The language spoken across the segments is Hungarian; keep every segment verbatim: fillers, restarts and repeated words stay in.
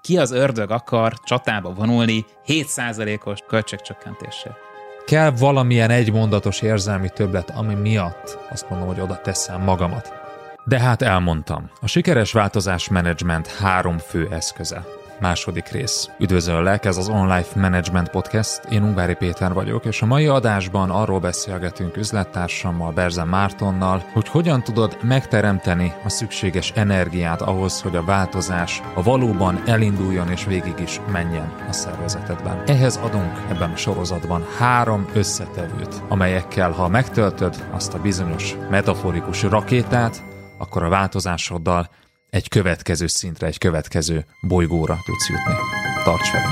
ki az ördög akar csatába vonulni hét százalékos költségcsökkentéssel? Kell valamilyen egymondatos érzelmi többlet, ami miatt azt mondom, hogy oda teszem magamat. De hát elmondtam. A sikeres változásmenedzsment három fő eszköze. Második rész. Üdvözöllek, ez az On Life Management Podcast, én Ungvári Péter vagyok, és a mai adásban arról beszélgetünk üzlettársammal, Berzen Mártonnal, hogy hogyan tudod megteremteni a szükséges energiát ahhoz, hogy a változás a valóban elinduljon és végig is menjen a szervezetedben. Ehhez adunk ebben a sorozatban három összetevőt, amelyekkel, ha megtöltöd azt a bizonyos metaforikus rakétát, akkor a változásoddal egy következő szintre, egy következő bolygóra tudsz jutni. Tarts velünk!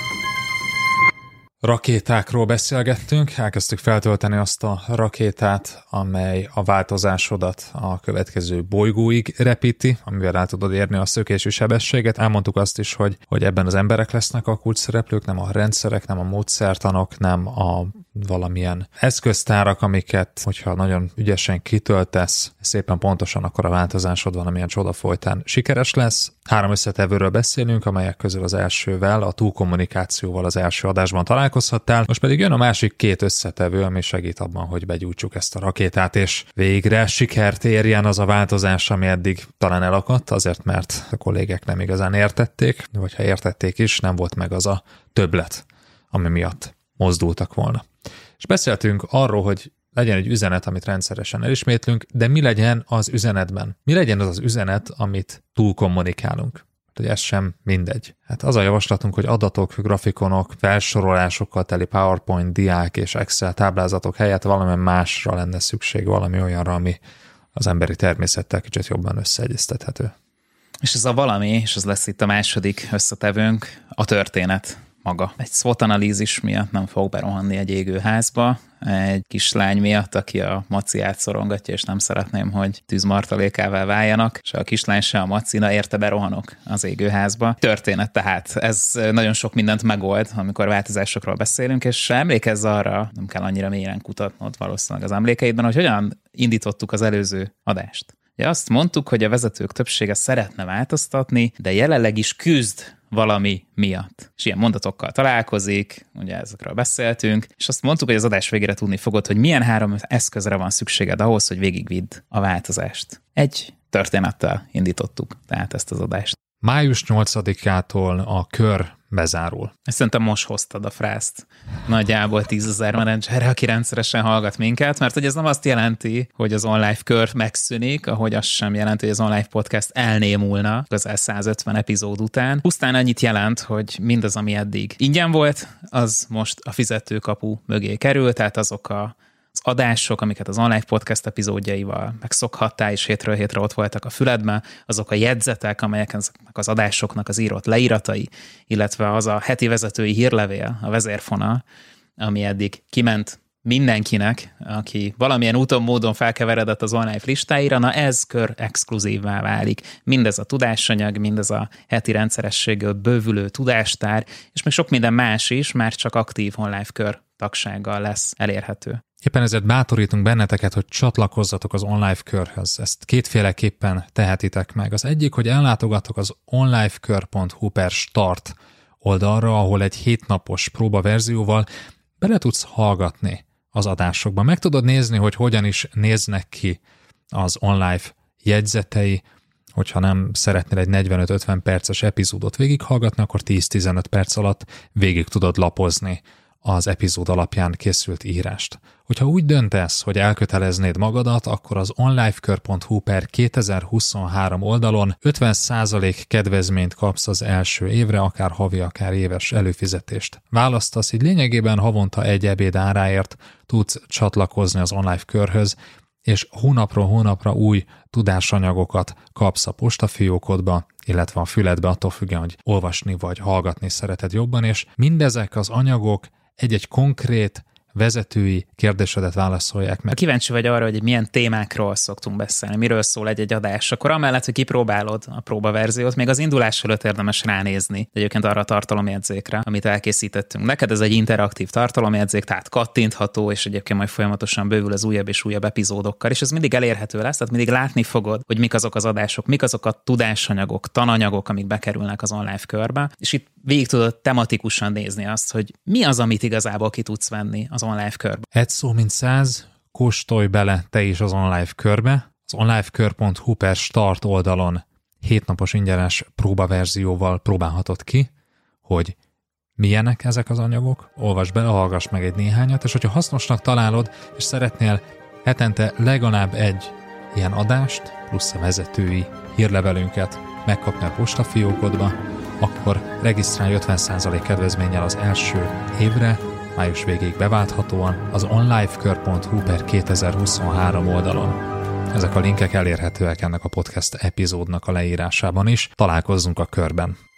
Rakétákról beszélgettünk, elkezdtük feltölteni azt a rakétát, amely a változásodat a következő bolygóig repíti, amivel el tudod érni a szökési sebességet. Elmondtuk azt is, hogy, hogy ebben az emberek lesznek a kulcsszereplők, nem a rendszerek, nem a módszertanok, nem a valamilyen eszköztárak, amiket, hogyha nagyon ügyesen kitöltesz, szépen pontosan, akkor a változásod valamilyen csoda folytán sikeres lesz. Három összetevőről beszélünk, amelyek közül az elsővel, a túlkommunikációval az első adásban találkozhattál. Most pedig jön a másik két összetevő, ami segít abban, hogy begyújtsuk ezt a rakétát, és végre sikert érjen az a változás, ami eddig talán elakadt, azért mert a kollégek nem igazán értették, vagy ha értették is, nem volt meg az a többlet, ami miatt mozdultak volna. És beszéltünk arról, hogy legyen egy üzenet, amit rendszeresen elismétlünk, de mi legyen az üzenetben? Mi legyen az az üzenet, amit túl kommunikálunk? Hogy ez sem mindegy. Hát az a javaslatunk, hogy adatok, grafikonok, felsorolásokkal teli PowerPoint, diák és Excel táblázatok helyett valami másra lenne szükség, valami olyanra, ami az emberi természettel kicsit jobban összeegyeztethető. És ez a valami, és ez lesz itt a második összetevőnk, a történet maga. Egy SWOT analízis miatt nem fog berohanni egy égőházba, egy kislány miatt, aki a maciát szorongatja, és nem szeretném, hogy tűzmartalékává váljanak, se a kislány, se a maci, na érte berohanok az égőházba. Történet tehát, ez nagyon sok mindent megold, amikor változásokról beszélünk, és emlékezz arra, nem kell annyira mélyen kutatnod valószínűleg az emlékeidben, hogy hogyan indítottuk az előző adást. Ugye azt mondtuk, hogy a vezetők többsége szeretne változtatni, de jelenleg is küzd valami miatt. És ilyen mondatokkal találkozik, ugye ezekről beszéltünk, és azt mondtuk, hogy az adás végére tudni fogod, hogy milyen három eszközre van szükséged ahhoz, hogy végigvidd a változást. Egy történettel indítottuk tehát ezt az adást. május nyolcadikától a kör bezárul. Ezt szerintem most hoztad a frászt nagyjából tízezer menedzserre, aki rendszeresen hallgat minket, mert hogy ez nem azt jelenti, hogy az OnLife kör megszűnik, ahogy az sem jelenti, hogy az OnLife podcast elnémulna közel százötven epizód után. Pusztán annyit jelent, hogy mindaz, ami eddig ingyen volt, az most a fizetőkapu mögé kerül, tehát azok a az adások, amiket az OnLife podcast epizódjaival megszokhattál, és hétről hétre ott voltak a füledben, azok a jegyzetek, amelyek ezeknek az adásoknak az írott leíratai, illetve az a heti vezetői hírlevél, a vezérfonal, ami eddig kiment mindenkinek, aki valamilyen úton, módon felkeveredett az OnLife listáira, na ez kör exkluzívvá válik. Mindez a tudásanyag, mindez a heti rendszerességgel bővülő tudástár, és még sok minden más is, már csak aktív OnLife kör tagsággal lesz elérhető. Éppen ezért bátorítunk benneteket, hogy csatlakozzatok az OnLife körhöz. Ezt kétféleképpen tehetitek meg. Az egyik, hogy ellátogatok az onlifekör pont hu per start oldalra, ahol egy hétnapos próbaverzióval bele tudsz hallgatni az adásokban. Meg tudod nézni, hogy hogyan is néznek ki az OnLife jegyzetei, hogyha nem szeretnél egy negyvenöt-ötven perces epizódot végighallgatni, akkor tíz-tizenöt perc alatt végig tudod lapozni az epizód alapján készült írást. Hogyha úgy döntesz, hogy elköteleznéd magadat, akkor az onlifekör pont hu per kétezer-huszonhárom oldalon ötven százalék kedvezményt kapsz az első évre, akár havi, akár éves előfizetést választasz, így lényegében havonta egy ebéd áráért tudsz csatlakozni az OnLife körhöz, és hónapról hónapra új tudásanyagokat kapsz a postafiókodba, illetve a füledbe, attól függően, hogy olvasni vagy hallgatni szereted jobban, és mindezek az anyagok egy-egy konkrét vezetői kérdésedet válaszolják meg. Ha kíváncsi vagy arra, hogy milyen témákról szoktunk beszélni, miről szól egy-egy adás, akkor amellett, hogy kipróbálod a próbaverziót, még az indulás előtt érdemes ránézni egyébként arra a tartalomjegyzékre, amit elkészítettünk. Neked ez egy interaktív tartalomjegyzék, tehát kattintható, és egyébként majd folyamatosan bővül az újabb és újabb epizódokkal, és ez mindig elérhető lesz, tehát mindig látni fogod, hogy mik azok az adások, mik azok a tudásanyagok, tananyagok, amik bekerülnek az online körbe, és itt végig tudod tematikusan nézni azt, hogy mi az, amit igazából ki tudsz venni az online körbe. Egy szó mint száz, kóstolj bele te is az online körbe. Az onlifekör pont hu per start oldalon hétnapos ingyenes próbaverzióval próbálhatod ki, hogy milyenek ezek az anyagok, olvasd bele, hallgass meg egy néhányat, és hogyha hasznosnak találod, és szeretnél hetente legalább egy ilyen adást, plusz a vezetői hírlevelünket megkapni a postafiókodba, akkor regisztrálj ötven százalék kedvezménnyel az első évre, május végéig beválthatóan az onlifekör pont hu per kétezer-huszonhárom oldalon. Ezek a linkek elérhetőek ennek a podcast epizódnak a leírásában is. Találkozzunk a körben!